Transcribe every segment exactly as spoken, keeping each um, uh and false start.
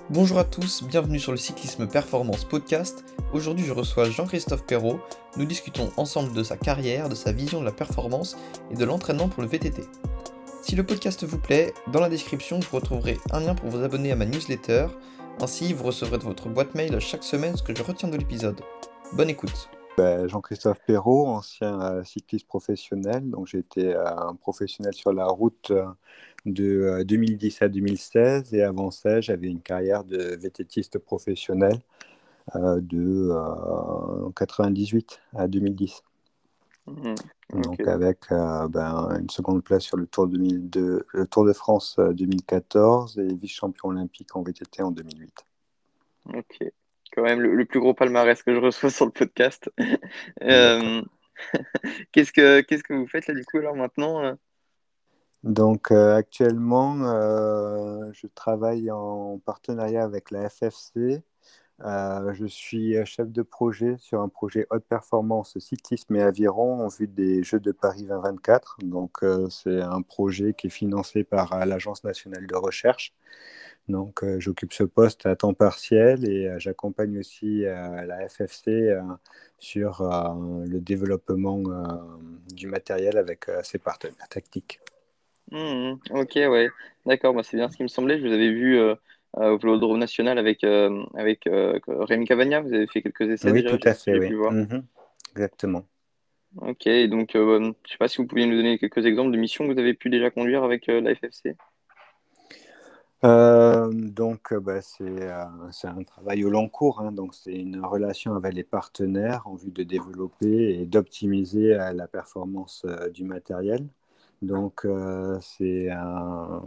Bonjour à tous, bienvenue sur le Cyclisme Performance Podcast. Aujourd'hui, je reçois Jean-Christophe Perrault. Nous discutons ensemble de sa carrière, de sa vision de la performance et de l'entraînement pour le V T T. Si le podcast vous plaît, dans la description, vous retrouverez un lien pour vous abonner à ma newsletter. Ainsi, vous recevrez de votre boîte mail chaque semaine ce que je retiens de l'épisode. Bonne écoute. Jean-Christophe Perrault, ancien euh, cycliste professionnel. Donc, j'ai été euh, un professionnel sur la route euh, de euh, deux mille dix à deux mille seize. Et avant ça, j'avais une carrière de VTTiste professionnel euh, de euh, quatre-vingt-dix-huit à deux mille dix. Mmh, Donc, ok. avec euh, ben, une seconde place sur le Tour, deux mille deux, le Tour de France euh, deux mille quatorze et vice-champion olympique en V T T en deux mille huit. Ok. Quand même le, le plus gros palmarès que je reçois sur le podcast. D'accord. Euh, qu'est-ce que qu'est-ce que vous faites là du coup alors maintenant? euh Donc euh, actuellement, euh, je travaille en partenariat avec la F F C. Euh, je suis chef de projet sur un projet haute performance cyclisme et aviron en vue des Jeux de Paris vingt vingt-quatre. Donc euh, c'est un projet qui est financé par euh, l'Agence nationale de recherche. Donc euh, j'occupe ce poste à temps partiel et euh, j'accompagne aussi euh, la F F C euh, sur euh, le développement euh, du matériel avec euh, ses partenaires techniques. Mmh, ok, ouais. D'accord, moi c'est bien ce qui me semblait. Je vous avais vu euh, euh, au Vélodrome National avec, euh, avec euh, Rémi Cavagna. Vous avez fait quelques essais Oui, déjà, tout j'ai à fait, j'ai oui. pu voir. Mhm. Exactement. Ok, et donc euh, je sais pas si vous pouviez nous donner quelques exemples de missions que vous avez pu déjà conduire avec euh, la F F C. Euh, donc, euh, bah, c'est euh, c'est un travail au long cours, hein. Donc, c'est une relation avec les partenaires en vue de développer et d'optimiser euh, la performance euh, du matériel. Donc, euh, c'est un,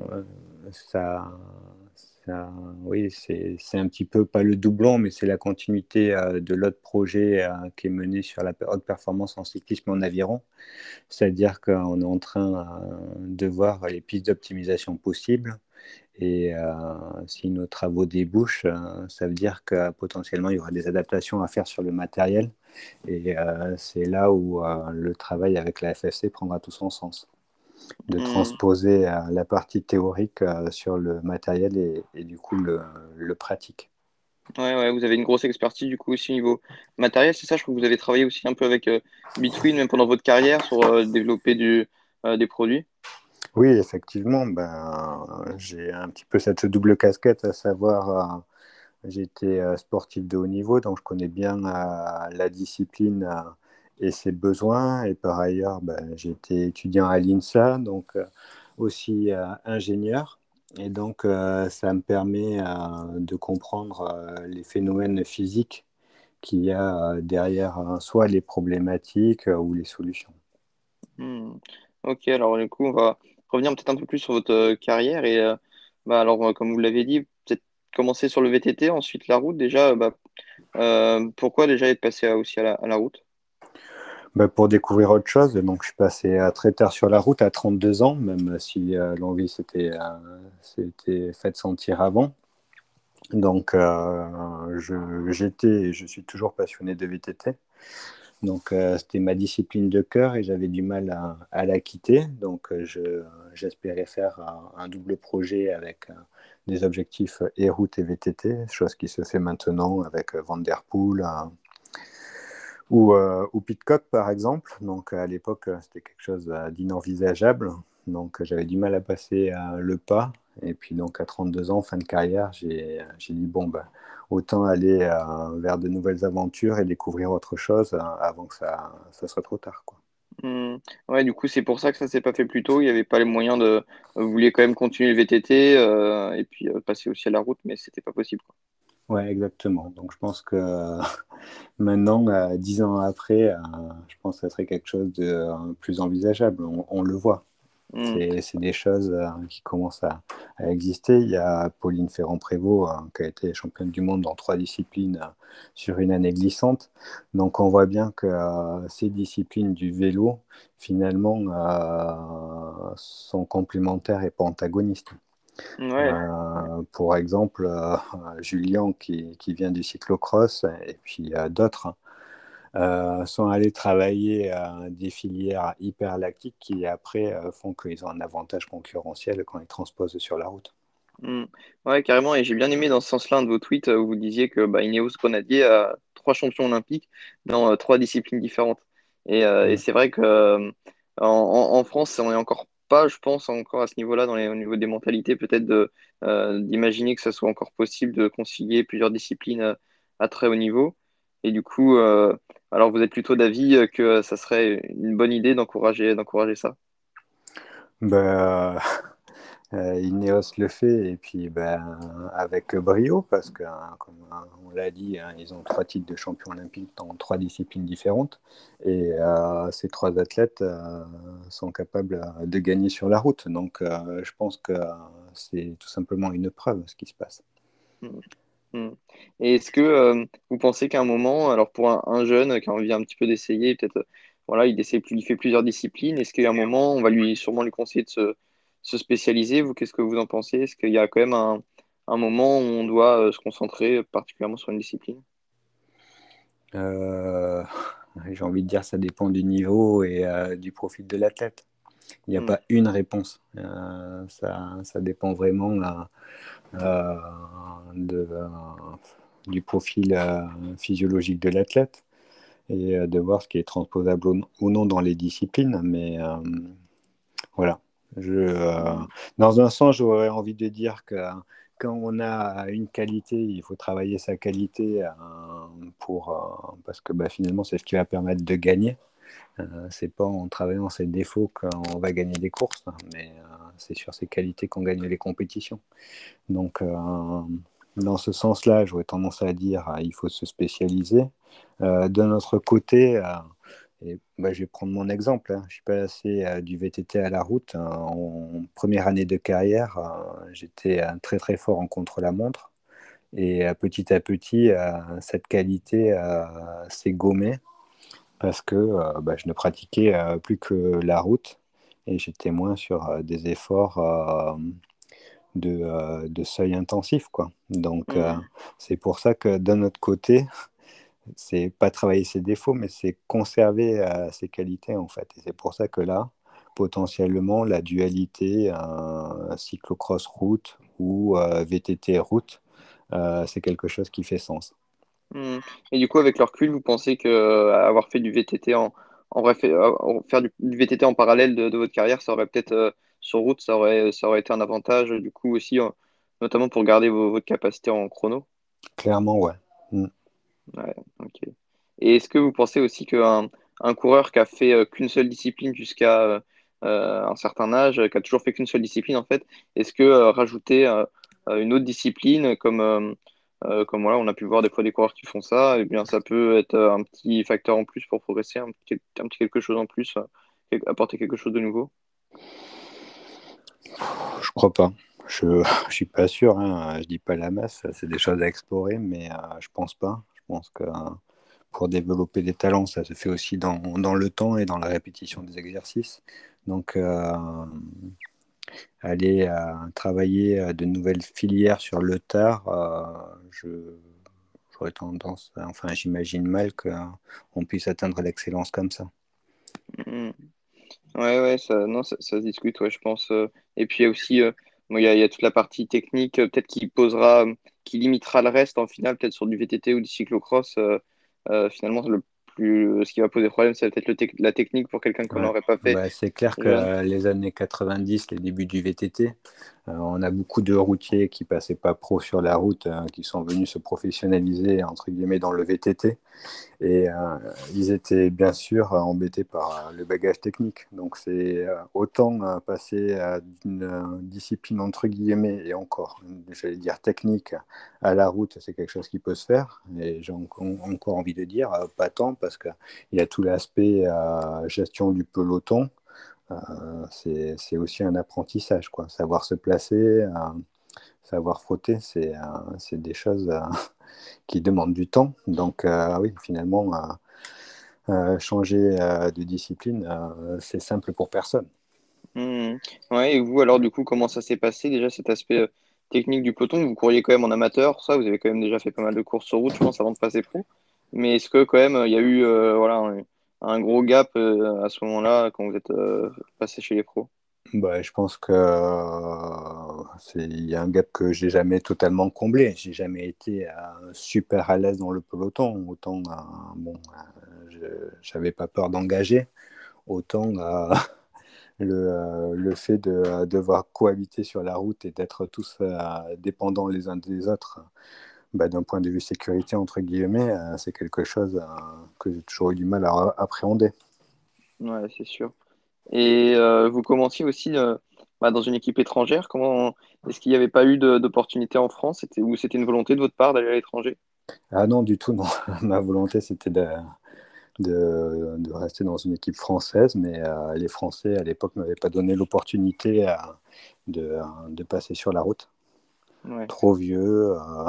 ça, ça- oui, c'est c'est un petit peu pas le doublon, mais c'est la continuité euh, de l'autre projet euh, qui est mené sur la haute performance en cyclisme en aviron. C'est-à-dire qu'on est en train euh, de voir les pistes d'optimisation possibles. Et euh, si nos travaux débouchent, euh, ça veut dire que potentiellement il y aura des adaptations à faire sur le matériel. Et euh, c'est là où euh, le travail avec la F F C prendra tout son sens, de Mmh. transposer euh, la partie théorique euh, sur le matériel et, et du coup le, le pratique. Ouais, ouais, vous avez une grosse expertise du coup aussi au niveau matériel, c'est ça? Je crois que vous avez travaillé aussi un peu avec euh, Between, même pendant votre carrière, sur euh, développer du, euh, des produits. Oui, effectivement, ben, j'ai un petit peu cette double casquette, à savoir, euh, j'ai été euh, sportif de haut niveau, donc je connais bien euh, la discipline euh, et ses besoins. Et par ailleurs, ben, j'ai été étudiant à l'INSA, donc euh, aussi euh, ingénieur. Et donc, euh, ça me permet euh, de comprendre euh, les phénomènes physiques qu'il y a euh, derrière euh, soit les problématiques euh, ou les solutions. Hmm. Ok, alors du coup, on va revenir peut-être un peu plus sur votre euh, carrière. Et euh, bah, alors, euh, comme vous l'avez dit, peut-être commencer sur le V T T, ensuite la route. Déjà, euh, bah, euh, pourquoi déjà être passé à- aussi à la, à la route? Bah, pour découvrir autre chose, donc je suis passé euh, très tard sur la route, à trente-deux ans, même si euh, l'envie s'était euh, s'était faite sentir avant. Donc euh, je, j'étais et je suis toujours passionné de V T T. Donc euh, c'était ma discipline de cœur et j'avais du mal à, à la quitter. Donc euh, je, j'espérais faire un, un double projet avec euh, des objectifs et route et V T T, chose qui se fait maintenant avec euh, Van Der Poel, euh, ou, euh, ou Pitcock, par exemple. Donc, à l'époque, euh, c'était quelque chose euh, d'inenvisageable. Donc, euh, j'avais du mal à passer euh, le pas. Et puis, donc, à trente-deux ans, fin de carrière, j'ai, j'ai dit, bon, bah, autant aller euh, vers de nouvelles aventures et découvrir autre chose euh, avant que ça, ça soit trop tard, quoi. Hmm. Ouais, du coup, c'est pour ça que ça s'est pas fait plus tôt. Il n'y avait pas les moyens de. Vous vouliez quand même continuer le V T T euh, et puis euh, passer aussi à la route, mais c'était pas possible, quoi. Ouais, exactement. Donc, je pense que euh, maintenant, euh, dix ans après, euh, je pense que ça serait quelque chose de euh, plus envisageable. On, on le voit. Hmm. C'est, c'est des choses euh, qui commencent à, à exister. Il y a Pauline Ferrand-Prévot euh, qui a été championne du monde dans trois disciplines euh, sur une année glissante. Donc on voit bien que euh, ces disciplines du vélo, finalement, euh, sont complémentaires et pas antagonistes. Ouais. Euh, pour exemple, euh, Julien qui, qui vient du cyclocross et puis euh, d'autres euh, sont allés travailler à des filières hyperlactiques qui après euh, font qu'ils ont un avantage concurrentiel quand ils transposent sur la route. Mm. Ouais, carrément. Et j'ai bien aimé dans ce sens-là un de vos tweets euh, où vous disiez que bah, Ineos Grenadier a trois champions olympiques dans euh, trois disciplines différentes. Et, euh, et Mm. c'est vrai que euh, en, en- en France, on est encore pas, je pense, encore à ce niveau-là, dans les, au niveau des mentalités, peut-être de, euh, d'imaginer que ça soit encore possible de concilier plusieurs disciplines euh, à très haut niveau. Et du coup, euh, alors vous êtes plutôt d'avis euh, que ça serait une bonne idée d'encourager, d'encourager ça. Bah, euh, Ineos le fait, et puis ben, avec brio, parce que, hein, comme hein, on l'a dit, hein, ils ont trois titres de champion olympique dans trois disciplines différentes, et euh, ces trois athlètes euh, sont capables euh, de gagner sur la route. Donc euh, je pense que euh, c'est tout simplement une preuve ce qui se passe. Hmm. Et est-ce que euh, vous pensez qu'à un moment, alors pour un, un jeune qui a envie un petit peu d'essayer, peut-être, euh, voilà, il essaie plus, il fait plusieurs disciplines, est-ce qu'à un moment, on va lui sûrement lui conseiller de se, se spécialiser? Vous, qu'est-ce que vous en pensez? Est-ce qu'il y a quand même un, un moment où on doit euh, se concentrer particulièrement sur une discipline? Euh, j'ai envie de dire ça dépend du niveau et euh, du profil de l'athlète. Il n'y a Hmm. pas une réponse. Euh, ça, ça dépend vraiment là, euh, de, euh, du profil euh, physiologique de l'athlète et euh, de voir ce qui est transposable ou, ou non dans les disciplines. Mais euh, voilà. Je, euh, Hmm. dans un sens, j'aurais envie de dire que quand on a une qualité, il faut travailler sa qualité euh, pour, euh, parce que bah, finalement, c'est ce qui va permettre de gagner. Euh, c'est pas en travaillant ses défauts qu'on va gagner des courses, hein, mais euh, c'est sur ses qualités qu'on gagne les compétitions. Donc, euh, dans ce sens-là, j'aurais tendance à dire euh, il faut se spécialiser. Euh, D'un autre côté, euh, et, bah, je vais prendre mon exemple. Hein. Je suis passé euh, du V T T à la route. Hein. En première année de carrière, euh, j'étais euh, très très fort en contre-la-montre. Et euh, petit à petit, euh, cette qualité euh, s'est gommée parce que euh, bah, je ne pratiquais euh, plus que la route et j'étais moins sur euh, des efforts euh, de, euh, de seuil intensif, quoi. Donc, euh, Hmm. c'est pour ça que d'un autre côté, c'est pas travailler ses défauts, mais c'est conserver euh, ses qualités, en fait. Et c'est pour ça que là, potentiellement, la dualité euh, cyclocross route ou euh, V T T route, euh, c'est quelque chose qui fait sens. Hmm. Et du coup, avec le recul, vous pensez que euh, avoir fait du V T T en, en vrai, fait- euh, en- faire du, du V T T en parallèle de, de votre carrière, ça aurait peut-être euh, sur route, ça aurait, ça aurait été un avantage, du coup aussi, euh, notamment pour garder vos, votre capacité en chrono. Clairement, ouais. Mm. Ouais, ok. Et est-ce que vous pensez aussi qu'un un coureur qui a fait euh, qu'une seule discipline jusqu'à euh, euh, un certain âge, qui a toujours fait qu'une seule discipline en fait, est-ce que euh, rajouter euh, euh, une autre discipline comme euh, euh, comme voilà, on a pu voir des fois des coureurs qui font ça, eh bien ça peut être euh, un petit facteur en plus pour progresser, un petit, un petit quelque chose en plus, euh, quel- apporter quelque chose de nouveau. Je crois pas. Je, je suis pas sûr. Hein. Je dis pas la masse. C'est des choses à explorer, mais euh, je pense pas. Je pense que euh, pour développer des talents, ça se fait aussi dans, dans le temps et dans la répétition des exercices. Donc, euh, aller euh, travailler euh, de nouvelles filières sur le tard, euh, je, j'aurais tendance, enfin, j'imagine mal qu'on puisse atteindre l'excellence comme ça. Mhm. Ouais, ouais, ça, non, ça, ça se discute, ouais, je pense. euh. Et puis il y a aussi, euh, bon, il y a, il y a toute la partie technique, euh, peut-être qui posera, euh, qui limitera le reste en finale, peut-être sur du V T T ou du cyclocross. euh, euh, finalement, le plus, ce qui va poser problème, c'est peut-être le tec- la technique pour quelqu'un qu'on Ouais. n'aurait pas fait Bah, c'est clair que jeune. euh, les années quatre-vingt-dix, les débuts du V T T, euh, on a beaucoup de routiers qui passaient pas pro sur la route, euh, qui sont venus se professionnaliser entre guillemets dans le V T T. Et euh, ils étaient bien sûr euh, embêtés par euh, le bagage technique. Donc c'est euh, autant euh, passer euh, d'une euh, discipline entre guillemets et encore, j'allais dire technique, à la route, c'est quelque chose qui peut se faire. Et j'ai en- encore envie de dire euh, pas tant parce qu'il y a tout l'aspect euh, gestion du peloton. Euh, c'est, c'est aussi un apprentissage, quoi. Savoir se placer, euh, savoir frotter, c'est, euh, c'est des choses euh, qui demandent du temps. Donc euh, oui, finalement, euh, euh, changer euh, de discipline, euh, c'est simple pour personne. Mhm. Ouais, et vous, alors, du coup, comment ça s'est passé déjà cet aspect euh, technique du peloton? Vous couriez quand même en amateur, ça, vous avez quand même déjà fait pas mal de courses sur route, je pense, avant de passer pro. Mais est-ce que quand même, il y a eu euh, voilà, un, un gros gap euh, à ce moment-là quand vous êtes euh, passé chez les pros? Bah, je pense que euh, c'est, il y a un gap que j'ai jamais totalement comblé. J'ai jamais été euh, super à l'aise dans le peloton. Autant, euh, bon, euh, je n'avais pas peur d'engager. Autant euh, le, euh, le fait de euh, devoir cohabiter sur la route et d'être tous euh, dépendants les uns des autres, bah, d'un point de vue sécurité, entre guillemets, euh, c'est quelque chose euh, que j'ai toujours eu du mal à appréhender. Ouais, c'est sûr. Et euh, vous commenciez aussi euh, bah, dans une équipe étrangère. Comment est-ce qu'il n'y avait pas eu de- d'opportunité en France? C'était, ou c'était une volonté de votre part d'aller à l'étranger? Ah non, du tout, non. Ma volonté, c'était de, de, de rester dans une équipe française, mais euh, les Français, à l'époque, ne m'avaient pas donné l'opportunité euh, de, de passer sur la route. Ouais. Trop vieux, euh,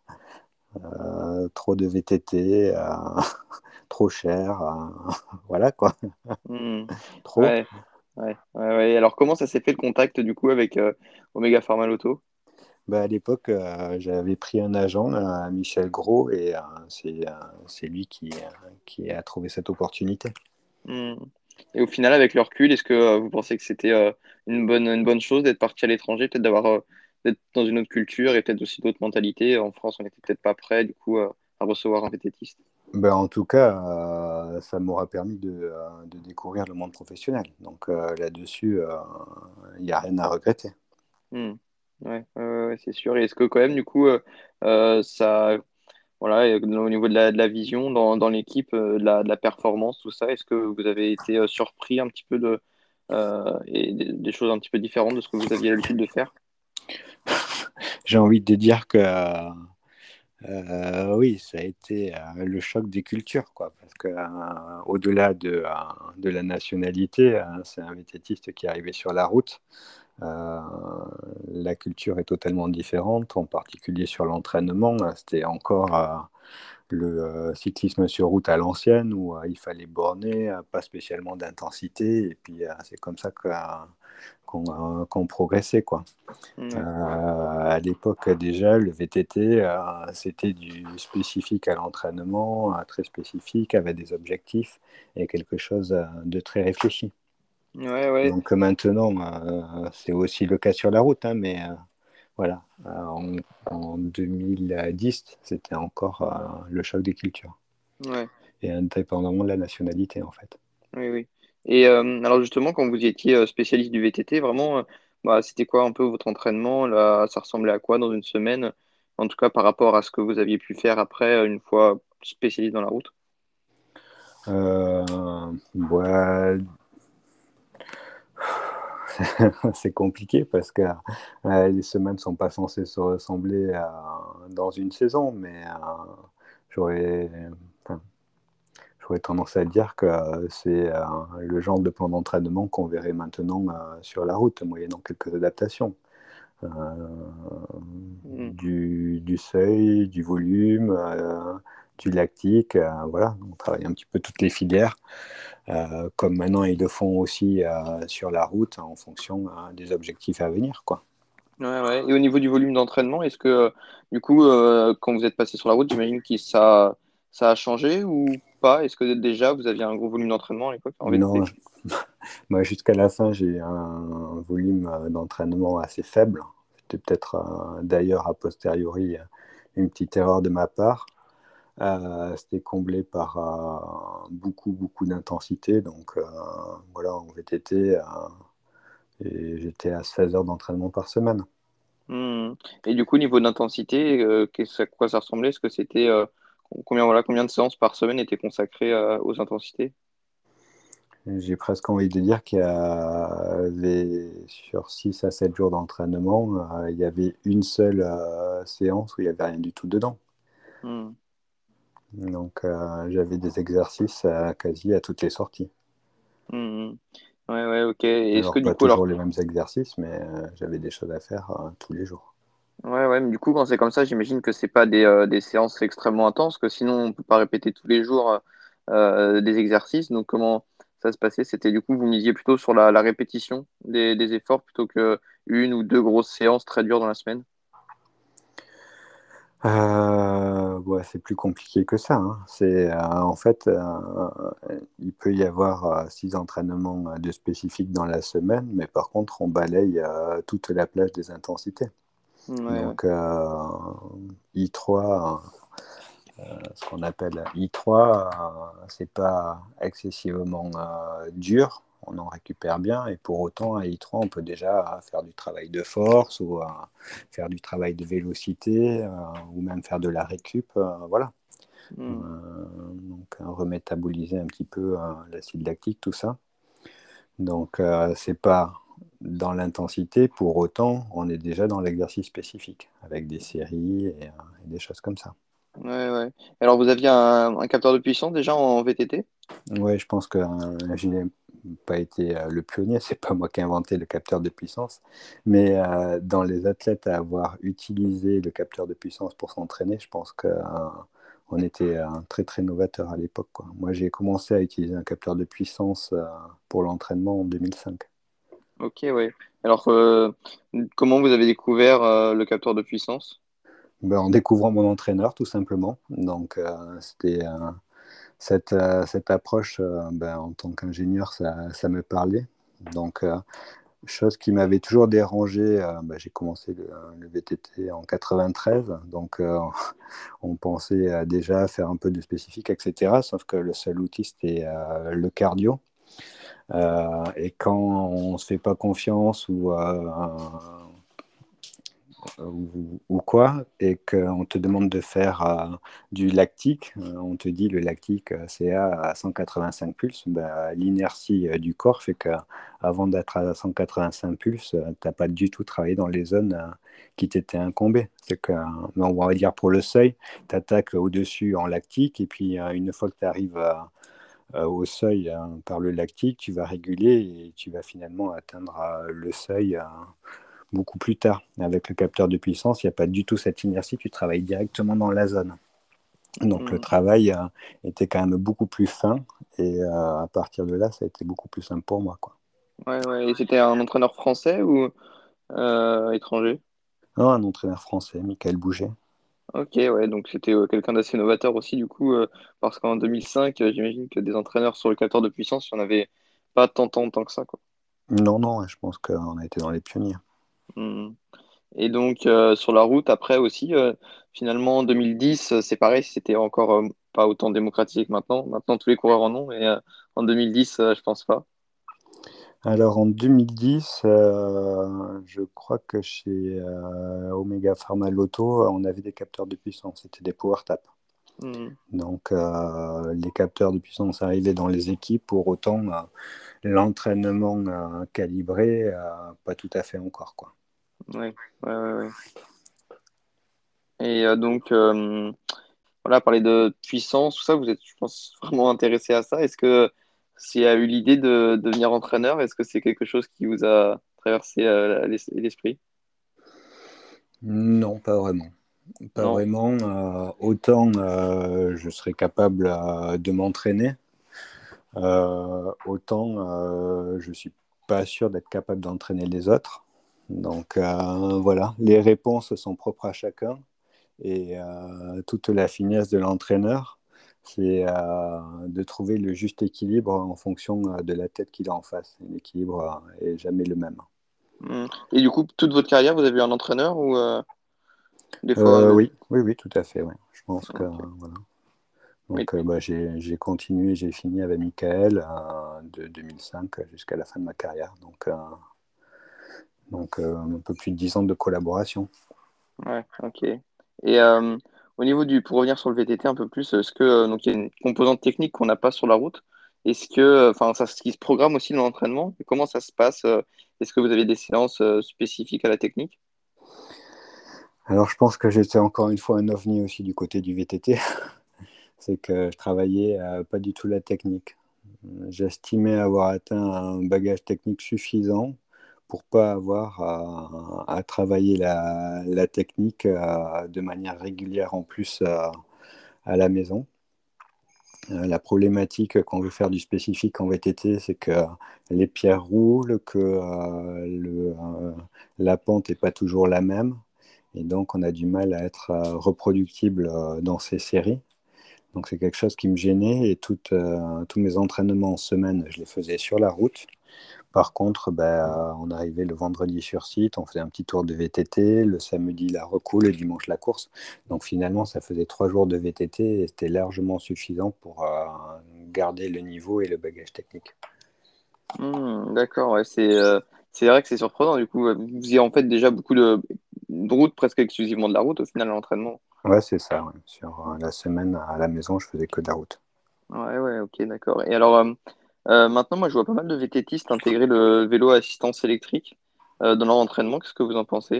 euh, trop de V T T, euh, trop cher, euh, voilà quoi, Hmm. trop. Ouais. Ouais. Ouais, ouais. Alors comment ça s'est fait le contact du coup avec euh, Omega Pharma Lotto? Bah, à l'époque, euh, j'avais pris un agent, euh, Michel Gros, et euh, c'est euh, c'est lui qui, euh, qui a trouvé cette opportunité. Hmm. Et au final, avec le recul, est-ce que euh, vous pensez que c'était euh, une bonne, une bonne chose d'être parti à l'étranger, peut-être d'avoir euh, d'être dans une autre culture et peut-être aussi d'autres mentalités? En France, on n'était peut-être pas prêt du coup euh, à recevoir un vététiste. Ben, en tout cas, euh, ça m'aura permis de, euh, de découvrir le monde professionnel. Donc euh, là-dessus, il n'y a rien à regretter. Hmm. Ouais, ouais, ouais, ouais, c'est sûr. Et est-ce que quand même, du coup, euh, euh, ça, voilà, et au niveau de la, de la vision dans, dans l'équipe, euh, de la, de la performance, tout ça, est-ce que vous avez été euh, surpris un petit peu de, euh, et des, des choses un petit peu différentes de ce que vous aviez l'habitude de faire? J'ai envie de dire que euh, oui, ça a été euh, le choc des cultures, quoi, parce que euh, au-delà de, euh, de la nationalité, euh, c'est un vététiste qui est arrivé sur la route. Euh, la culture est totalement différente, en particulier sur l'entraînement. C'était encore euh, le euh, cyclisme sur route à l'ancienne où euh, il fallait borner, euh, pas spécialement d'intensité, et puis euh, c'est comme ça que, euh, qu'on, euh, qu'on progressait, quoi. Euh, Ouais. à l'époque déjà, le V T T, euh, c'était du spécifique à l'entraînement, euh, très spécifique, avec des objectifs et quelque chose euh, de très réfléchi. Ouais, ouais. Donc maintenant, euh, c'est aussi le cas sur la route, hein, mais euh, voilà, euh, en, en deux mille dix, c'était encore euh, le choc des cultures, Ouais. et indépendamment de la nationalité en fait. Oui, oui. Et euh, alors justement, quand vous étiez euh, spécialiste du V T T, vraiment, euh, bah, c'était quoi un peu votre entraînement là, ça ressemblait à quoi dans une semaine? En tout cas, par rapport à ce que vous aviez pu faire après, euh, une fois spécialiste dans la route. Euh, ouais, c'est compliqué parce que euh, les semaines ne sont pas censées se ressembler à- dans une saison, mais euh, j'aurais, enfin, j'aurais tendance à dire que euh, c'est euh, le genre de plan d'entraînement qu'on verrait maintenant euh, sur la route, moyennant quelques adaptations. Euh, Hmm. du, du seuil, du volume, euh, du lactique, euh, voilà, on travaille un petit peu toutes les filières, euh, comme maintenant ils le font aussi euh, sur la route en fonction euh, des objectifs à venir, quoi. Ouais, ouais. Et au niveau du volume d'entraînement, est-ce que euh, du coup, euh, quand vous êtes passé sur la route, j'imagine que ça, ça a changé ou pas? Est-ce que déjà vous aviez un gros volume d'entraînement à l'époque en Non, V T T? je- moi jusqu'à la fin j'ai eu un volume euh, d'entraînement assez faible. C'était peut-être euh, d'ailleurs a posteriori euh, une petite erreur de ma part. Euh, c'était comblé par euh, beaucoup, beaucoup d'intensité. Donc euh, voilà, en V T T, euh, et j'étais à seize heures d'entraînement par semaine. Hmm. Et du coup, niveau d'intensité, euh, qu'est-ce- à quoi ça ressemblait? Est-ce que c'était euh, combien, voilà, combien de séances par semaine étaient consacrées euh, aux intensités? J'ai presque envie de dire qu'il y avait sur six à sept jours d'entraînement, euh, il y avait une seule euh, séance où il n'y avait rien du tout dedans. Hmm. Donc euh, j'avais des exercices à, quasi à toutes les sorties. Hmm. Ouais, ouais, ok. Et est-ce Alors que du pas coup, alors, toujours les mêmes exercices, mais euh, j'avais des choses à faire euh, tous les jours. ouais, ouais, mais du coup, quand c'est comme ça, j'imagine que c'est pas des, euh, des séances extrêmement intenses, que sinon on peut pas répéter tous les jours euh, euh, des exercices. Donc, comment ça se passait? C'était du coup, vous misiez plutôt sur la, la répétition des, des efforts plutôt que une ou deux grosses séances très dures dans la semaine? Euh, Euh, ouais, c'est plus compliqué que ça, hein. C'est, euh, en fait, euh, il peut y avoir euh, six entraînements euh, de spécifiques dans la semaine, mais par contre, on balaye euh, toute la plage des intensités. Ouais, ouais. Donc, euh, I trois, euh, ce qu'on appelle I trois, euh, c'est pas excessivement euh, dur. On en récupère bien, et pour autant, à I trois, on peut déjà faire du travail de force ou euh, faire du travail de vélocité euh, ou même faire de la récup. Euh, voilà. Euh, Hmm. donc, euh, remétaboliser un petit peu euh, l'acide lactique, tout ça. Donc, euh, c'est pas dans l'intensité, pour autant, on est déjà dans l'exercice spécifique, avec des séries et, euh, et des choses comme ça. Ouais, ouais. Alors, vous aviez un, un capteur de puissance déjà en V T T? Ouais, je pense que euh, je n'ai pas été euh, le pionnier, c'est pas moi qui ai inventé le capteur de puissance, mais euh, dans les athlètes à avoir utilisé le capteur de puissance pour s'entraîner, je pense que euh, on était un très très novateur à l'époque, quoi. Moi, j'ai commencé à utiliser un capteur de puissance euh, pour l'entraînement en deux mille cinq. Ok, ouais. Alors, euh, comment vous avez découvert euh, le capteur de puissance? Ben, en découvrant mon entraîneur, tout simplement. Donc, euh, c'était euh, cette, euh, cette approche, euh, ben, en tant qu'ingénieur, ça, ça me parlait. Donc, euh, chose qui m'avait toujours dérangé, euh, ben, j'ai commencé le, le V T T en quatre-vingt-treize, donc euh, on pensait euh, déjà faire un peu de spécifique, et cetera. Sauf que le seul outil, c'était euh, le cardio. Euh, et quand on ne se fait pas confiance ou euh, ou, ou quoi, et qu'on te demande de faire euh, du lactique, euh, on te dit le lactique euh, c'est à cent quatre-vingt-cinq pulses, bah, l'inertie euh, du corps fait qu'avant d'être à cent quatre-vingt-cinq pulses, euh, tu n'as pas du tout travaillé dans les zones euh, qui t'étaient incombées. C'est que, euh, on va dire pour le seuil, tu attaques au-dessus en lactique, et puis euh, une fois que tu arrives euh, au seuil euh, par le lactique, tu vas réguler et tu vas finalement atteindre euh, le seuil euh, beaucoup plus tard. Avec le capteur de puissance, il n'y a pas du tout cette inertie, tu travailles directement dans la zone. Donc le Hmm. travail euh, était quand même beaucoup plus fin, et euh, à partir de là, ça a été beaucoup plus simple pour moi, quoi. Ouais, ouais. Et c'était un entraîneur français ou euh, étranger? Non, un entraîneur français, Michael Bouget. Ok, ouais. Donc, c'était euh, quelqu'un d'assez novateur aussi, du coup, euh, parce qu'en deux mille cinq, euh, j'imagine que des entraîneurs sur le capteur de puissance, il n'y en avait pas tant, tant, tant que ça, quoi. Non, non, je pense qu'on a été dans les pionniers. Hmm. Et donc, euh, sur la route, après aussi, euh, finalement, en deux mille dix, euh, c'est pareil, c'était encore euh, pas autant démocratique que maintenant. Maintenant, tous les coureurs en ont, et euh, en deux mille dix, euh, je pense pas. Alors en deux mille dix, euh, je crois que chez euh, Omega Pharma Lotto, on avait des capteurs de puissance, c'était des Power Tap. Hmm. Donc euh, les capteurs de puissance arrivaient dans les équipes, pour autant euh, l'entraînement euh, calibré, euh, pas tout à fait encore, quoi. Ouais, ouais, ouais, ouais. Et euh, donc, euh, voilà, parler de puissance, tout ça, vous êtes, je pense, vraiment intéressé à ça. Est-ce que s'il y a eu l'idée de devenir entraîneur, est-ce que c'est quelque chose qui vous a traversé euh, l'es- l'esprit? Non, pas vraiment. Pas Non? vraiment. Euh, autant euh, je serais capable euh, de m'entraîner, euh, autant euh, je suis pas sûr d'être capable d'entraîner les autres. Donc euh, voilà, les réponses sont propres à chacun, et euh, toute la finesse de l'entraîneur, c'est euh, de trouver le juste équilibre en fonction euh, de la tête qu'il a en face. L'équilibre euh, est jamais le même. Hmm. Et du coup, toute votre carrière, vous avez eu un entraîneur ou euh, des fois... Euh, euh, oui, oui, oui, tout à fait. Ouais. Je pense que euh, Ok. voilà. Oui. Donc euh, bah, j'ai, j'ai continué, j'ai fini avec Michael euh, de deux mille cinq jusqu'à la fin de ma carrière. Donc, euh, donc euh, un peu plus de dix ans de collaboration. Ouais, ok. Et euh, au niveau du, pour revenir sur le V T T un peu plus, est-ce que euh, donc il y a une composante technique qu'on n'a pas sur la route? Est-ce que, euh, enfin, ça, ce qui se programme aussi dans l'entraînement? Et comment ça se passe? euh, Est-ce que vous avez des séances euh, spécifiques à la technique? Alors je pense que j'étais encore une fois un ovni aussi du côté du V T T. C'est que je travaillais euh, pas du tout la technique. J'estimais avoir atteint un bagage technique suffisant pour pas avoir à, à travailler la, la technique euh, de manière régulière en plus euh, à la maison. Euh, la problématique quand on veut faire du spécifique en V T T, c'est que les pierres roulent, que euh, le, euh, la pente n'est pas toujours la même, et donc on a du mal à être euh, reproductible euh, dans ces séries. Donc c'est quelque chose qui me gênait et toutes, euh, tous mes entraînements en semaine, je les faisais sur la route. Par contre, ben, on arrivait le vendredi sur site, on faisait un petit tour de V T T, le samedi la reco, le dimanche la course. Donc finalement, ça faisait trois jours de V T T et c'était largement suffisant pour euh, garder le niveau et le bagage technique. Hmm, d'accord, ouais, c'est euh, c'est vrai que c'est surprenant. Du coup, vous faisiez en fait déjà beaucoup de, de route, presque exclusivement de la route au final à l'entraînement. Ouais, c'est ça. Ouais. Sur euh, la semaine à la maison, je faisais que de la route. Ouais, ouais, ok, d'accord. Et alors, euh, euh, maintenant, moi, je vois pas mal de V T Tistes intégrer le vélo à assistance électrique euh, dans leur entraînement. Qu'est-ce que vous en pensez?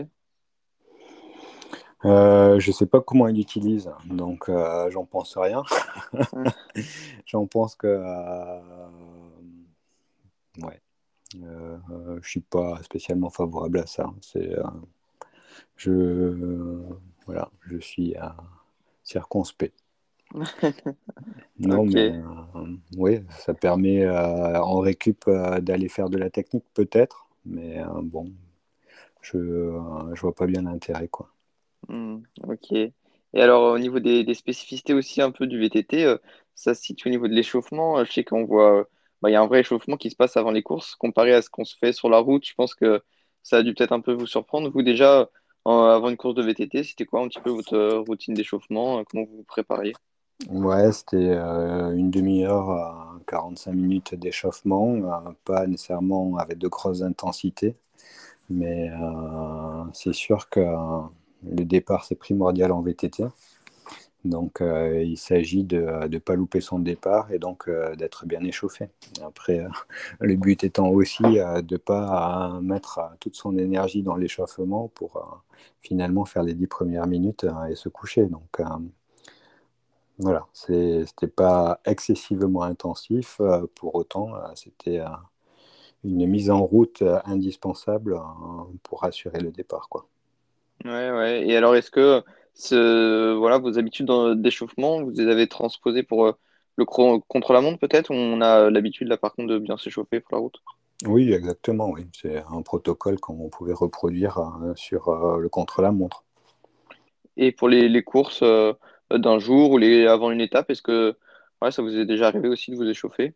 Euh, je sais pas comment ils l'utilisent, donc euh, j'en pense rien. Hmm, J'en pense que euh, ouais, euh, euh, je suis pas spécialement favorable à ça. C'est euh, je euh, voilà, je suis euh, circonspect. Non, mais ok. euh, oui, ça permet euh, en récup euh, d'aller faire de la technique peut-être, mais euh, bon, je euh, je vois pas bien l'intérêt quoi. Hmm, ok. Et alors, au niveau des, des spécificités aussi un peu du V T T, euh, ça se situe au niveau de l'échauffement. Euh, Je sais qu'on voit, euh, bah, il y a un vrai échauffement qui se passe avant les courses comparé à ce qu'on se fait sur la route. Je pense que ça a dû peut-être un peu vous surprendre. Vous, déjà, en- avant une course de V T T, c'était quoi un petit peu votre euh, routine d'échauffement? euh, Comment vous vous prépariez? Ouais, c'était euh, une demi-heure à quarante-cinq minutes d'échauffement, euh, pas nécessairement avec de grosses intensités, mais euh, c'est sûr que euh, le départ c'est primordial en V T T. Donc, euh, il s'agit de ne pas louper son départ et donc euh, d'être bien échauffé. Après, euh, le but étant aussi euh, de ne pas euh, mettre euh, toute son énergie dans l'échauffement pour euh, finalement faire les dix premières minutes euh, et se coucher. Donc, euh, voilà, c'est- c'était pas excessivement intensif. Euh, pour autant, euh, c'était euh, une mise en route euh, indispensable euh, pour assurer le départ, quoi. Ouais, ouais. Et alors, est-ce que ce, voilà, vos habitudes dans- d'échauffement, vous les avez transposées pour euh, le chro- contre-la-montre peut-être, ou on a l'habitude là par contre de bien s'échauffer pour la route? Oui, exactement, oui. C'est un protocole qu'on pouvait reproduire euh, sur euh, le contre-la-montre. Et pour les, les courses euh, d'un jour ou les avant une étape, est-ce que ouais, ça vous est déjà arrivé aussi de vous échauffer?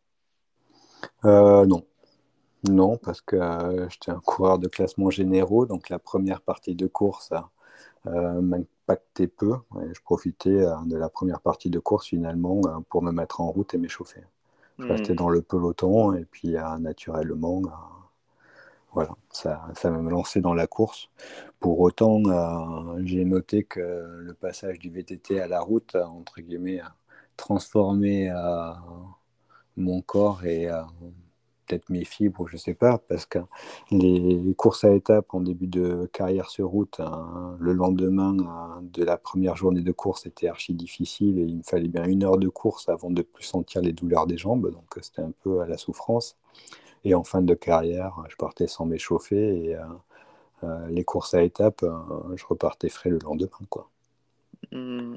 Euh, non, non, parce que euh, j'étais un coureur de classement généraux, donc la première partie de course euh, m'impactait peu. Et je profitais euh, de la première partie de course finalement euh, pour me mettre en route et m'échauffer. Je restais Hmm. dans le peloton et puis euh, naturellement, euh, voilà, ça, ça me lançait dans la course. Pour autant, euh, j'ai noté que le passage du V T T à la route, a, entre guillemets, a transformé euh, mon corps et euh, peut-être mes fibres, je sais pas, parce que les courses à étapes en début de carrière sur route, hein, le lendemain hein, de la première journée de course était archi difficile et il me fallait bien une heure de course avant de plus sentir les douleurs des jambes, donc c'était un peu à la souffrance. Et en fin de carrière, je partais sans m'échauffer et euh, euh, les courses à étapes, euh, je repartais frais le lendemain, quoi. Hmm.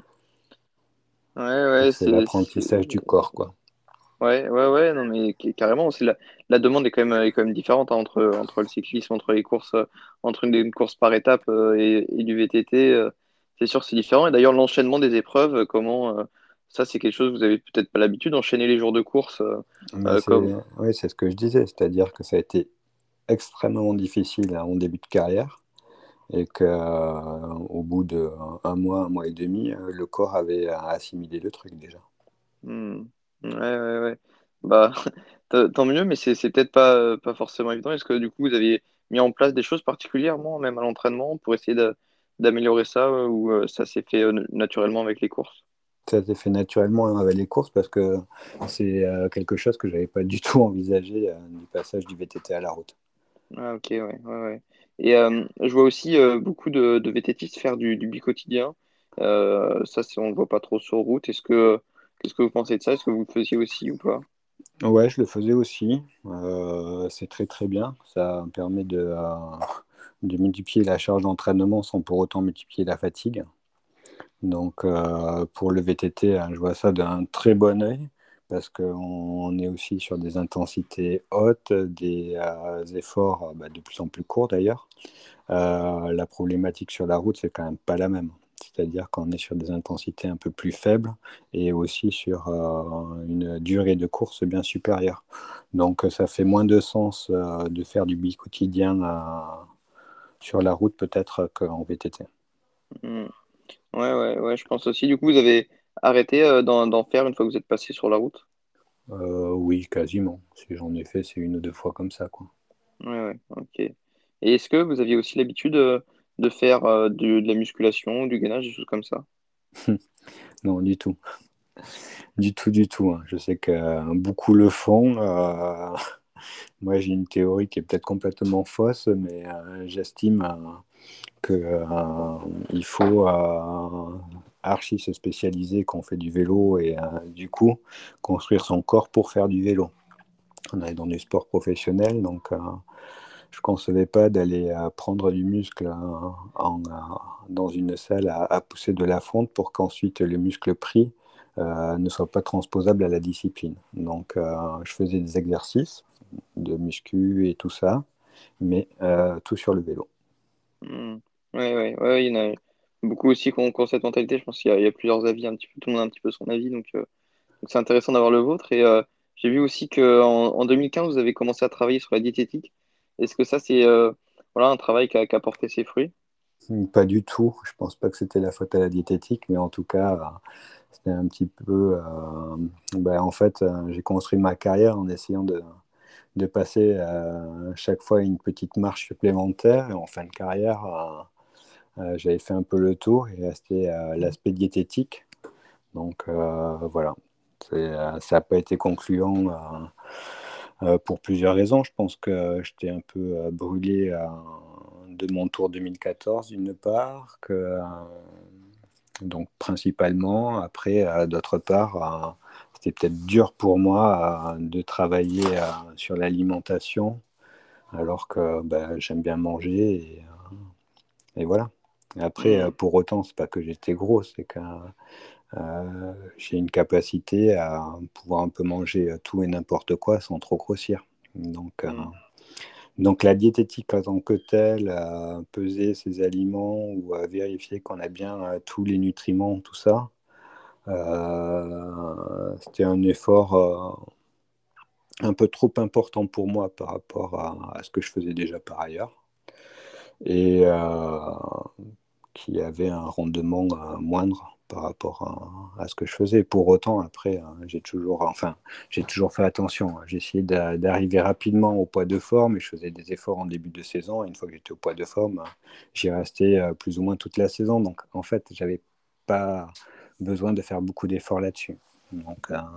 Ouais, Donc ouais, c'est c'est, c'est- l'apprentissage du corps, quoi. ouais, ouais, ouais, non, mais ca- carrément, c'est la, la demande est quand même, est quand même différente hein, entre, entre le cyclisme, entre les courses, euh, entre une, une course par étape euh, et, et du V T T. euh, c'est sûr, c'est différent. Et d'ailleurs, l'enchaînement des épreuves, euh, comment, euh, ça, c'est quelque chose, vous avez peut-être pas l'habitude d'enchaîner les jours de course, euh, Mais euh, c'est comme, oui, c'est ce que je disais, c'est-à-dire que ça a été extrêmement difficile à mon début de carrière et qu'au bout de un mois, un mois et demi, euh, le corps avait assimilé le truc déjà. Hmm. Ouais, ouais, ouais. Bah, t- tant mieux, mais c'est c'est peut-être pas, euh, pas forcément évident. Est-ce que du coup, vous avez mis en place des choses particulièrement, même à l'entraînement, pour essayer de- d'améliorer ça, euh, ou euh, ça s'est fait euh, naturellement avec les courses? Ça s'est fait naturellement avec les courses parce que c'est euh, quelque chose que j'avais pas du tout envisagé euh, du passage du V T T à la route. Ah, ok, ouais, ouais, ouais. Et euh, je vois aussi euh, beaucoup de, de V T Tistes faire du, du bi-quotidien. Euh, ça, c'est, on ne le voit pas trop sur route. Est-ce que, qu'est-ce que vous pensez de ça? Est-ce que vous le faisiez aussi ou pas? Ouais, je le faisais aussi. Euh, c'est très très bien. Ça me permet de, euh, de multiplier la charge d'entraînement sans pour autant multiplier la fatigue. Donc euh, pour le V T T, hein, je vois ça d'un très bon œil. parce qu'on est aussi sur des intensités hautes, des euh, efforts bah, de plus en plus courts d'ailleurs. Euh, la problématique sur la route, c'est quand même pas la même. C'est-à-dire qu'on est sur des intensités un peu plus faibles et aussi sur euh, une durée de course bien supérieure. Donc ça fait moins de sens euh, de faire du bi-quotidien euh, sur la route peut-être qu'en V T T. Hmm. Ouais, ouais, ouais, je pense aussi. Du coup, vous avez arrêté euh, d'en, d'en faire une fois que vous êtes passé sur la route? Euh, oui, quasiment. Si j'en ai fait, c'est une ou deux fois comme ça, quoi. Ouais, ouais, ok. Et est-ce que vous aviez aussi l'habitude euh, de faire euh, du- de la musculation, du gainage, des choses comme ça? Non, du tout. Du tout, du tout, hein. Je sais que euh, beaucoup le font. Euh, moi, j'ai une théorie qui est peut-être complètement fausse, mais euh, j'estime euh, que euh, il faut euh, archi se spécialiser quand on fait du vélo et euh, du coup construire son corps pour faire du vélo. On est dans du sport professionnel, donc euh, je ne concevais pas d'aller euh, prendre du muscle euh, en, euh, dans une salle à, à pousser de la fonte pour qu'ensuite le muscle pris euh, ne soit pas transposable à la discipline. Donc euh, je faisais des exercices de muscu et tout ça, mais euh, tout sur le vélo. Hmm. Ouais, ouais, ouais, il y en a beaucoup aussi qui ont, qui ont cette mentalité. Je pense qu'il y a, il y a plusieurs avis, un petit peu, tout le monde a un petit peu son avis, donc euh, donc c'est intéressant d'avoir le vôtre. Et euh, j'ai vu aussi qu'en en, en deux mille quinze, vous avez commencé à travailler sur la diététique. Est-ce que ça, c'est euh, voilà, un travail qui a, qui a porté ses fruits? Pas du tout. Je pense pas que c'était la faute à la diététique, mais en tout cas, euh, c'était un petit peu. Euh, ben, en fait, euh, j'ai construit ma carrière en essayant de, de passer euh, chaque fois une petite marche supplémentaire. Et en fin de carrière, euh, euh, j'avais fait un peu le tour et restait euh, l'aspect diététique. Donc euh, voilà. C'est, euh, ça n'a pas été concluant euh, euh, pour plusieurs raisons. Je pense que j'étais un peu euh, brûlé euh, de mon tour deux mille quatorze d'une part, que, euh, donc principalement. Après, euh, d'autre part, euh, c'était peut-être dur pour moi euh, de travailler euh, sur l'alimentation, alors que ben, j'aime bien manger et, et voilà. Et après, euh, Hmm. pour autant, c'est pas que j'étais gros, c'est que euh, j'ai une capacité à pouvoir un peu manger tout et n'importe quoi sans trop grossir. Donc, euh, Hmm. donc la diététique en tant que telle, à peser ses aliments ou à vérifier qu'on a bien euh, tous les nutriments, tout ça, euh, c'était un effort euh, un peu trop important pour moi par rapport à, à ce que je faisais déjà par ailleurs et euh, qui avait un rendement euh, moindre par rapport à, à ce que je faisais. Pour autant, après, euh, j'ai toujours, enfin, j'ai toujours fait attention, hein. J'ai essayé d'a- d'arriver rapidement au poids de forme et je faisais des efforts en début de saison. Et une fois que j'étais au poids de forme, euh, j'y restais euh, plus ou moins toute la saison. Donc, en fait, j'avais pas besoin de faire beaucoup d'efforts là-dessus. Donc, euh,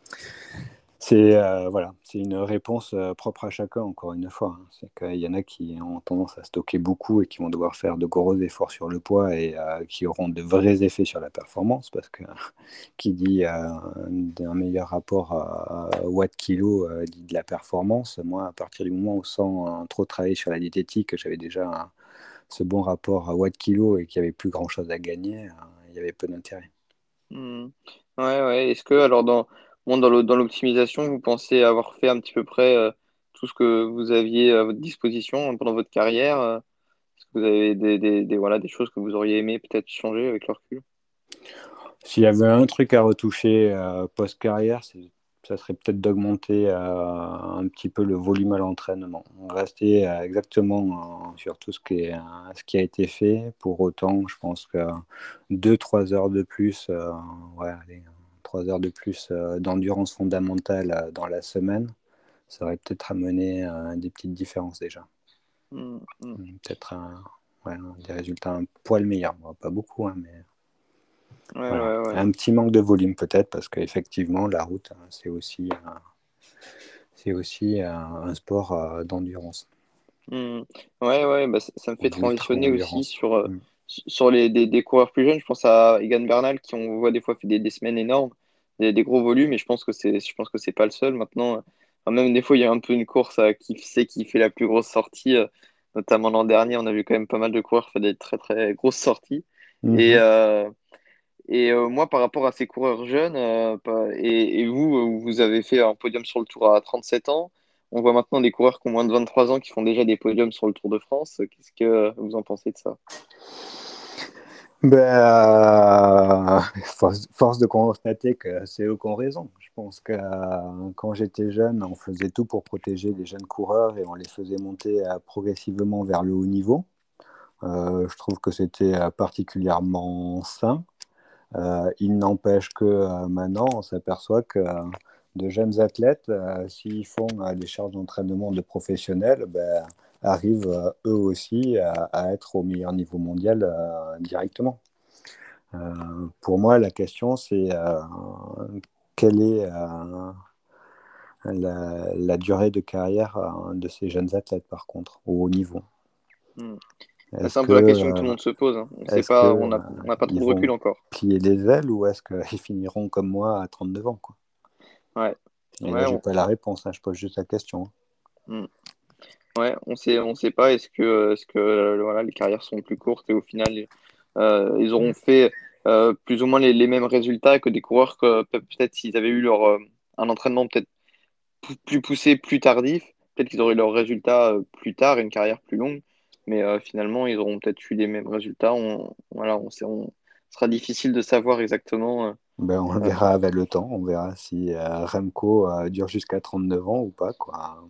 c'est euh, voilà, c'est une réponse euh, propre à chacun, encore une fois, hein. C'est qu'il y en a qui ont tendance à stocker beaucoup et qui vont devoir faire de gros efforts sur le poids et euh, qui auront de vrais effets sur la performance, parce que qui dit euh, un meilleur rapport à, à watt-kilo euh, dit de la performance. Moi, à partir du moment où sans euh, trop travailler sur la diététique, j'avais déjà un- ce bon rapport à watt-kilo et qu'il n'y avait plus grand-chose à gagner, euh, il y avait peu d'intérêt. Hmm. Ouais, ouais. Est-ce que, alors, dans, bon, dans le- dans l'optimisation, vous pensez avoir fait un petit peu près euh, tout ce que vous aviez à votre disposition pendant votre carrière? euh, Est-ce que vous avez des, des, des, voilà, des choses que vous auriez aimé peut-être changer avec le recul? S'il y avait un truc à retoucher euh, post-carrière, c'est- ça serait peut-être d'augmenter euh, un petit peu le volume à l'entraînement. Rester euh, exactement euh, sur tout ce qui, est, euh, ce qui a été fait. Pour autant, je pense que deux trois heures de plus, euh, ouais, allez, trois heures de plus euh, d'endurance fondamentale euh, dans la semaine, ça aurait peut-être amené euh, des petites différences déjà. Hmm, hmm. Peut-être un- ouais, des résultats un poil meilleurs. Bon, pas beaucoup, hein, mais Ouais, voilà. ouais, ouais. Un petit manque de volume peut-être parce qu'effectivement la route hein, c'est aussi, euh, c'est aussi euh, un sport euh, d'endurance, Hmm. Ouais, ouais, bah, ça, ça me fait transitionner aussi d'ultra-endurance. sur, euh, Mm. sur les, des, des coureurs plus jeunes. Je pense à Egan Bernal qui, on voit des fois, fait des, des semaines énormes, des, des gros volumes, et je pense que c'est, je pense que c'est pas le seul. Maintenant, euh, enfin, même des fois, il y a un peu une course à qui c'est qui fait la plus grosse sortie. euh, notamment l'an dernier, on a vu quand même pas mal de coureurs faire des très, très grosses sorties. Et, Mhm. euh, Et euh, moi, par rapport à ces coureurs jeunes, euh, pas- et, et vous, euh, vous avez fait un podium sur le Tour à trente-sept ans. On voit maintenant des coureurs qui ont moins de vingt-trois ans qui font déjà des podiums sur le Tour de France. Qu'est-ce que vous en pensez de ça? Ben, euh, force, force de constater que c'est eux qui ont raison. Je pense que euh, quand j'étais jeune, on faisait tout pour protéger les jeunes coureurs et on les faisait monter euh, progressivement vers le haut niveau. Euh, je trouve que c'était euh, particulièrement sain. Euh, il n'empêche que euh, maintenant, on s'aperçoit que euh, de jeunes athlètes, euh, s'ils font euh, des charges d'entraînement de professionnels, ben, arrivent euh, eux aussi à, à être au meilleur niveau mondial euh, directement. Euh, pour moi, la question, c'est euh, quelle est euh, la, la durée de carrière euh, de ces jeunes athlètes, par contre, au haut niveau. Hmm. Bah, c'est Est-ce un que, peu la question que tout le euh, monde se pose, hein. On sait est-ce que pas, on euh, n'a on n'a pas trop ils de recul vont encore. plier les ailes ou est-ce qu'ils finiront comme moi à trente-neuf ans, quoi. Ouais, Et là, ouais, j'ai on, pas la réponse, hein, je pose juste la question. hmm. Ouais, on sait, on sait pas. Est-ce que, est-ce que euh, voilà, les carrières sont plus courtes et au final, euh, ils auront fait euh, plus ou moins les, les mêmes résultats que des coureurs que pe- peut-être s'ils avaient eu leur euh, un entraînement peut-être pou- plus poussé, plus tardif, peut-être qu'ils auraient leurs résultats euh, plus tard, et une carrière plus longue. Mais euh, finalement, ils auront peut-être eu les mêmes résultats. On, voilà, on sait, on, ce sera difficile de savoir exactement. Ben, on euh, verra avec le temps, on verra si euh, Remco euh, dure jusqu'à trente-neuf ans ou pas, quoi.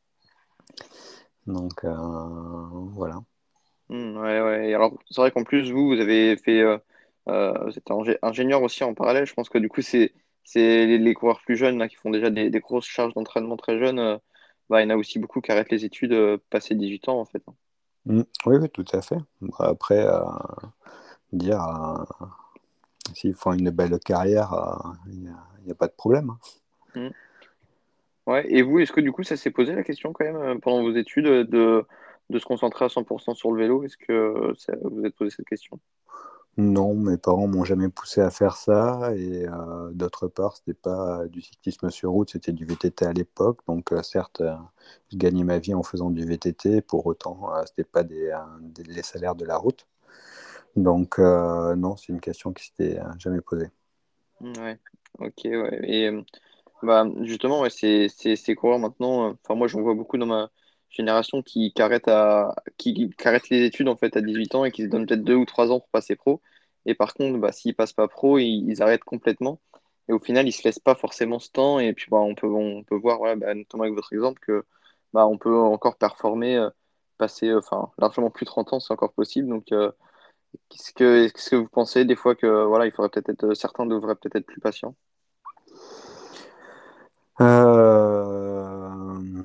Donc, euh, voilà. Hmm, ouais, ouais. Et alors, c'est vrai qu'en plus, vous, vous avez fait, euh, euh, vous êtes ingé- ingénieur aussi en parallèle. Je pense que du coup, c'est, c'est les, les coureurs plus jeunes là, qui font déjà des, des grosses charges d'entraînement très jeunes. Euh, bah, il y en a aussi beaucoup qui arrêtent les études euh, passé dix-huit ans, en fait. Mm. Oui, oui, tout à fait. Bon, après, euh, dire euh, s'ils font une belle carrière, euh, il n'y a, il y a pas de problème, hein. Hmm. Ouais. Et vous, est-ce que du coup, ça s'est posé la question quand même euh, pendant vos études euh, de, de se concentrer à cent pour cent sur le vélo? Est-ce que euh, ça, vous vous êtes posé cette question? Non, mes parents m'ont jamais poussé à faire ça. Et euh, d'autre part, c'était pas du cyclisme sur route, c'était du V T T à l'époque. Donc, euh, certes, euh, je gagnais ma vie en faisant du V T T. Pour autant, euh, c'était pas des, euh, des- les salaires de la route. Donc, euh, non, c'est une question qui s'était euh, jamais posée. Hmm, ouais. Ok, ouais. Et euh, bah, justement, ouais, c'est, c'est, ces coureurs maintenant, euh, enfin, moi, j'en vois beaucoup dans ma génération qui, qui arrêtent à, qui, qui arrêtent les études en fait à dix-huit ans et qui se donnent peut-être deux ou trois ans pour passer pro. Et par contre, bah, s'ils passent pas pro, ils, ils arrêtent complètement. Et au final, ils se laissent pas forcément ce temps. Et puis, bah, on peut, on peut voir, voilà, bah, notamment avec votre exemple, que bah, on peut encore performer, euh, passer, euh, enfin, largement plus de trente ans, c'est encore possible. Donc, euh, qu'est-ce que, qu'est-ce que vous pensez des fois que, voilà, il faudrait peut-être être, certains devraient peut-être être plus patients? Euh,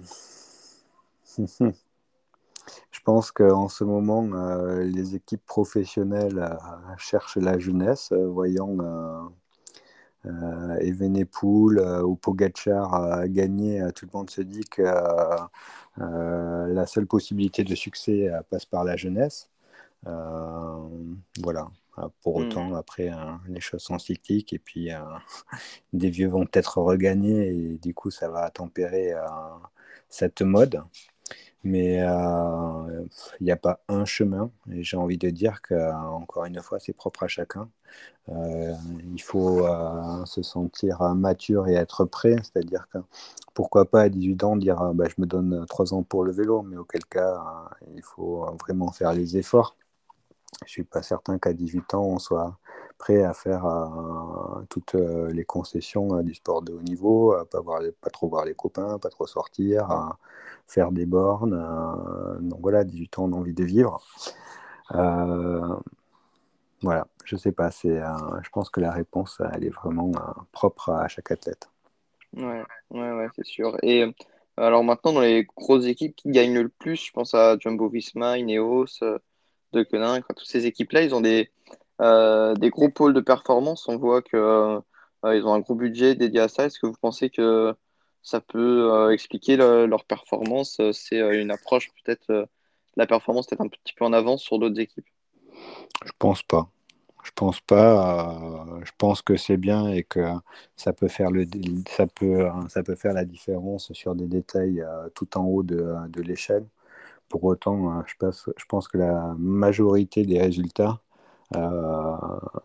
Je pense qu'en ce moment, euh, les équipes professionnelles euh, cherchent la jeunesse, euh, voyant euh, euh, Evenepoel euh, ou Pogacar euh, gagner. Euh, tout le monde se dit que euh, euh, la seule possibilité de succès euh, passe par la jeunesse. Euh, voilà. Euh, Pour Hmm. autant, après, hein, les choses sont cycliques et puis euh, des vieux vont peut-être regagner et du coup, ça va tempérer euh, cette mode. Mais euh, il n'y a pas un chemin. Et j'ai envie de dire que, encore une fois, c'est propre à chacun. Euh, il faut euh, se sentir mature et être prêt. C'est-à-dire que pourquoi pas à dix-huit ans dire euh, bah, je me donne trois ans pour le vélo, mais auquel cas euh, il faut vraiment faire les efforts. Je ne suis pas certain qu'à dix-huit ans, on soit prêt à faire euh, toutes euh, les concessions euh, du sport de haut niveau, à pas, voir, pas trop voir les copains, pas trop sortir, à faire des bornes. Euh, donc voilà, dix-huit ans, on a envie de vivre. Euh, voilà, je sais pas, c'est, euh, je pense que la réponse, elle est vraiment euh, propre à chaque athlète. Ouais, ouais, ouais, c'est sûr. Et euh, alors maintenant, dans les grosses équipes qui gagnent le plus, je pense à Jumbo-Visma, Ineos, euh, De Koninck, enfin, toutes ces équipes-là, ils ont des, euh, des gros pôles de performance. On voit que, euh, euh, ils ont un gros budget dédié à ça. Est-ce que vous pensez que ça peut euh, expliquer le- leur performance? Euh, C'est euh, une approche peut-être, euh, la performance peut-être un petit peu en avance sur d'autres équipes. Je pense pas. Je pense pas. Euh, je pense que c'est bien et que ça peut faire le, ça peut, ça peut faire la différence sur des détails euh, tout en haut de, de l'échelle. Pour autant, euh, je pense, je pense que la majorité des résultats, euh,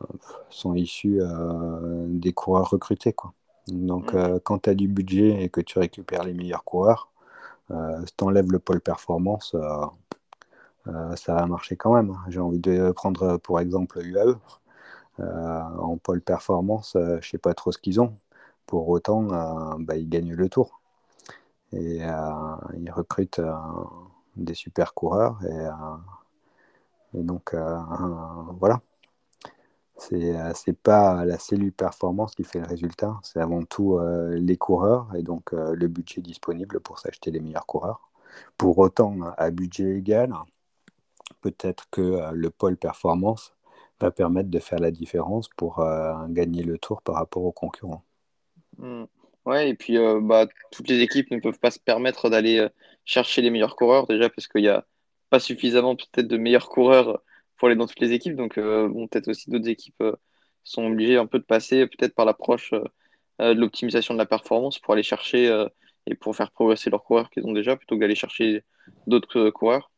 sont issus euh, des coureurs recrutés, quoi. Donc, Mm. euh, quand tu as du budget et que tu récupères les meilleurs coureurs, euh, si tu enlèves le pôle performance, euh, euh, ça va marcher quand même. J'ai envie de prendre pour exemple U A E. Euh, en pôle performance, euh, je ne sais pas trop ce qu'ils ont. Pour autant, euh, bah, ils gagnent le tour. Et euh, ils recrutent euh, des super coureurs. Et, euh, et donc, euh, voilà. C'est euh, c'est pas la cellule performance qui fait le résultat, c'est avant tout euh, les coureurs et donc euh, le budget disponible pour s'acheter les meilleurs coureurs. Pour autant, à budget égal, peut-être que euh, le pôle performance va permettre de faire la différence pour euh, gagner le tour par rapport aux concurrents. Mm. Ouais, et puis euh, bah, toutes les équipes ne peuvent pas se permettre d'aller euh, chercher les meilleurs coureurs, déjà parce qu'il n'y a pas suffisamment peut-être de meilleurs coureurs pour aller dans toutes les équipes. Donc, euh, bon, peut-être aussi d'autres équipes euh, sont obligées un peu de passer peut-être par l'approche euh, euh, de l'optimisation de la performance pour aller chercher euh, et pour faire progresser leurs coureurs qu'ils ont déjà, plutôt que d'aller chercher d'autres euh, coureurs.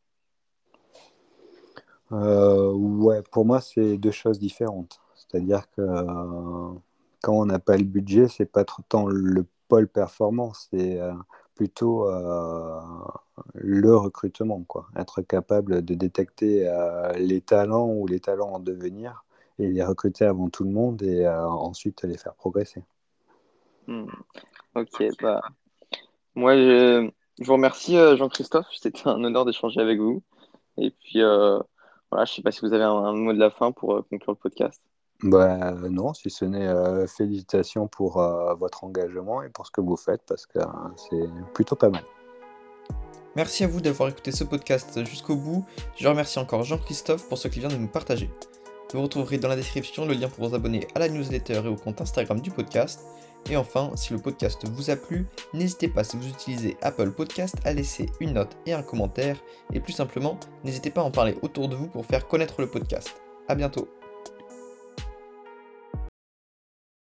Euh, ouais, pour moi, c'est deux choses différentes. C'est-à-dire que euh, quand on n'a pas le budget, c'est pas trop tant le pôle performance, c'est euh, plutôt euh, le recrutement, quoi. Être capable de détecter euh, les talents ou les talents en devenir et les recruter avant tout le monde et euh, ensuite les faire progresser. Hmm. Ok, bah, moi, je, je vous remercie, euh, Jean-Christophe. C'était un honneur d'échanger avec vous. Et puis, euh, voilà, je ne sais pas si vous avez un, un mot de la fin pour euh, conclure le podcast. Bah, non, si ce n'est euh, félicitations pour euh, votre engagement et pour ce que vous faites parce que euh, c'est plutôt pas mal. Merci à vous d'avoir écouté ce podcast jusqu'au bout. Je remercie encore Jean-Christophe pour ce qu'il vient de nous partager. Vous retrouverez dans la description le lien pour vous abonner à la newsletter et au compte Instagram du podcast. Et enfin, si le podcast vous a plu, n'hésitez pas, si vous utilisez Apple Podcast, à laisser une note et un commentaire. Et plus simplement, n'hésitez pas à en parler autour de vous pour faire connaître le podcast. A bientôt.